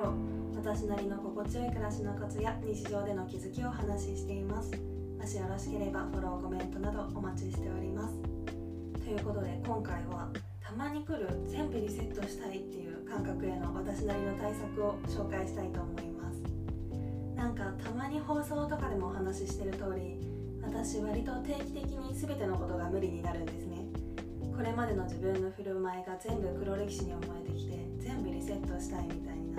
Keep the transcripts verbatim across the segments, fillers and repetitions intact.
ろ、私なりの心地よい暮らしのコツや日常での気づきをお話ししています。もしよろしければフォロー、コメントなどお待ちしております。ということで今回はたまに来る全部リセットしたいっていう感覚への私なりの対策を紹介したいと思います。なんかたまに放送とかでもお話ししてる通り、私割と定期的に全てのことが無理になるんですね。これまでの自分の振る舞いが全部黒歴史に思えてきて、全部リセットしたいみたいになって、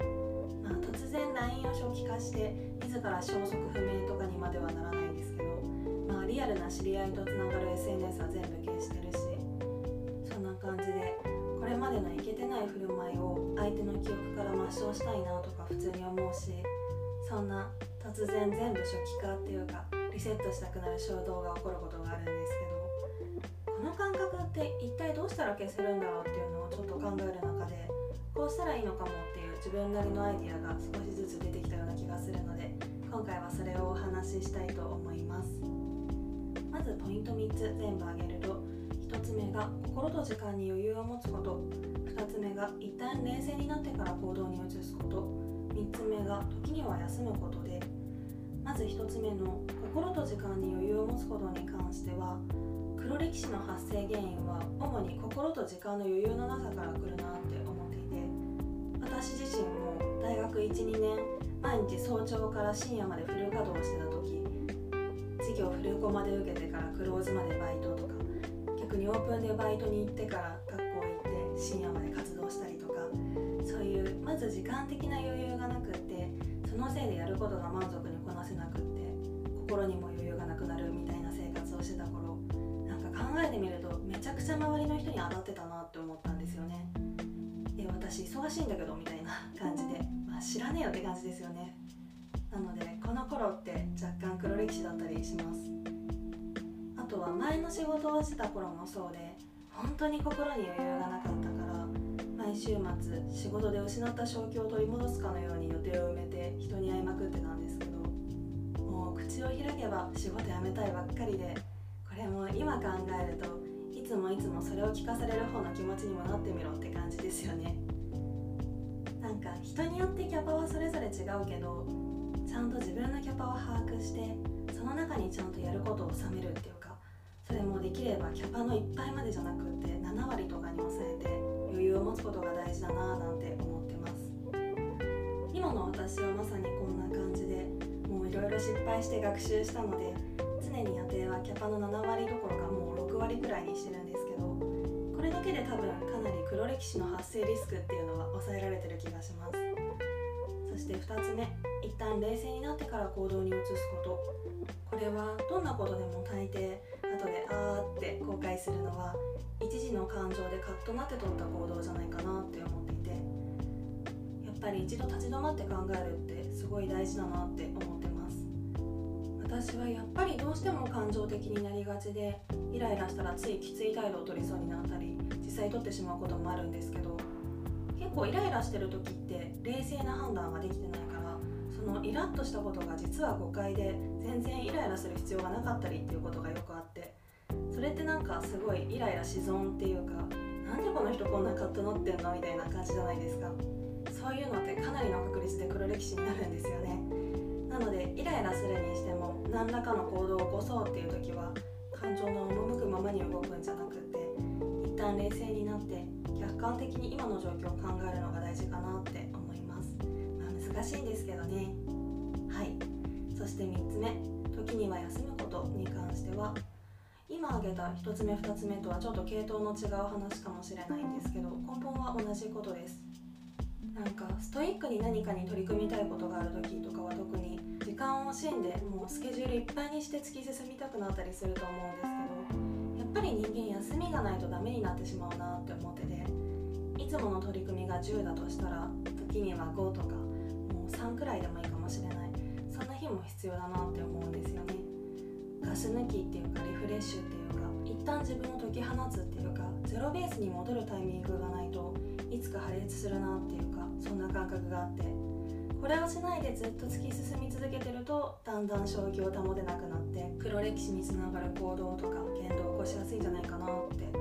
まあ、突然 ライン を初期化して自ら消息不明とかにまではならないんですけど、まあ、リアルな知り合いとつながる エスエヌエス は全部消してるし、そんな感じでこれまでのイケてない振る舞いを相手の記憶から抹消したいなとか普通に思うし、そんな突然全部初期化っていうかリセットしたくなる衝動が起こることがあるんですけど、この感覚って一体どうしたら消せるんだろうっていうのをちょっと考える中で、こうしたらいいのかもっていう自分なりのアイディアが少しずつ出てきたような気がするので、今回はそれをお話ししたいと思います。まずポイントみっつ全部挙げると、ひとつめが心と時間に余裕を持つこと、ふたつめが一旦冷静になってから行動に移すこと、みっつめが時には休むことで、まずひとつめの心と時間に余裕を持つことに関しては、黒歴史の発生原因は主に心と時間の余裕のなさから来るなって思っていて、私自身も大学 いちにねん毎日早朝から深夜までフル稼働してた時、授業フルコマで受けてからクローズまでバイトとか、逆にオープンでバイトに行ってから学校行って深夜まで活動したりとか、そういうまず時間的な余裕がなくって、そのせいでやることが満足にこなせなくって、心にも余裕がなくなるみたいな生活をしてた頃、なんか考えてみるとめちゃくちゃ周りの人に当たってたなって思ったんですよね。え私忙しいんだけどみたいな感じで、まあ、知らねえよって感じですよね。なのでこの頃って若干黒歴史だったりします。あとは前の仕事をしてた頃もそうで、本当に心に余裕がなかったから、毎週末仕事で失った正気を取り戻すかのように予定を埋めて人に会いまくってたんですけど、もう口を開けば仕事辞めたいばっかりで、これも今考えるといつもいつもそれを聞かされる方の気持ちにもなってみろって感じですよね。なんか人によってキャパはそれぞれ違うけど、ちゃんと自分のキャパを把握してその中にちゃんとやることを収めるっていうか、それもできればキャパのいっぱいまでじゃなくってななわりとかに抑えて余裕を持つことが大事だなぁなんて思ってます。今の私はまさにこんな感じで、もういろいろ失敗して学習したので、常に予定はキャパのななわりどころかもうろくわりくらいにしてるんですけど、これだけで多分かなり黒歴史の発生リスクっていうのは抑えられてる気がします。そしてふたつめ、一旦冷静になってから行動に移すこと。これはどんなことでも大抵後であーって後悔するのは、一時の感情でカッとなって取った行動じゃないかなって思っていて、やっぱり一度立ち止まって考えるってすごい大事だなって思ってます。私はやっぱりどうしても感情的になりがちで、イライラしたらついきつい態度を取りそうになったり、実際取ってしまうこともあるんですけど、結構イライラしてる時って冷静な判断ができてないから、そのイラッとしたことが実は誤解で全然イライラする必要がなかったりっていうことがよくあって、それってなんかすごいイライラし損っていうか、なんでこの人こんなカッとなってんのみたいな感じじゃないですか。そういうのってかなりの確率で黒歴史になるんですよね。なのでイライラするにしても何らかの行動を起こそうっていう時は、感情の赴くままに動くんじゃなくて、一旦冷静になって客観的に今の状況を考えるのが大事かなって思います。まあ、難しいんですけどね。はい。そしてみっつめ、時には休むことに関しては、今挙げたひとつめふたつめとはちょっと系統の違う話かもしれないんですけど、根本は同じことです。なんかストイックに何かに取り組みたいことがある時とかは、特に時間を惜しんでもうスケジュールいっぱいにして突き進みたくなったりすると思うんですけど、やっぱり人間休みがないとダメになってしまうなって思ってて、いつもの取り組みがじゅうだとしたら、時にはごとかもうさんくらいでもいいかもしれない、そんな日も必要だなって思うんですよね。ガス抜きっていうかリフレッシュっていうか、一旦自分を解き放つっていうか、ゼロベースに戻るタイミングがないといつか破裂するなっていうか、そんな感覚があって、これをしないでずっと突き進み続けてると、だんだん正気を保てなくなって黒歴史につながる行動とか言動を起こしやすいんじゃないかなって。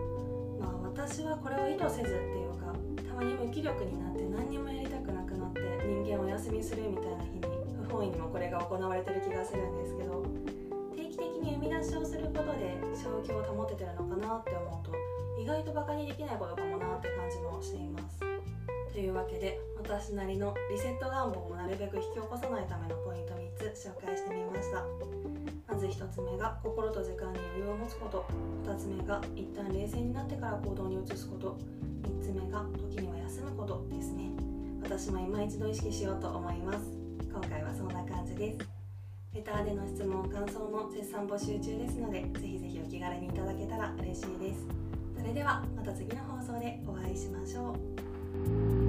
まあ私はこれを意図せずっていうか、たまに無気力になって何にもやりたくなくなって休みするみたいな日に不本意にもこれが行われてる気がするんですけど、定期的に生み出しをすることで正気を保ててるのかなって思うと、意外とバカにできないことかもなって感じもしています。というわけで、私なりのリセット願望をなるべく引き起こさないためのポイントみっつ紹介してみました。まずひとつめが心と時間に余裕を持つこと、ふたつめが一旦冷静になってから行動に移すこと、みっつめが時には休むことですね。私も今一度意識しようと思います。今回はそんな感じです。レターでの質問感想も絶賛募集中ですので、ぜひぜひお気軽にいただけたら嬉しいです。それではまた次の放送でお会いしましょう。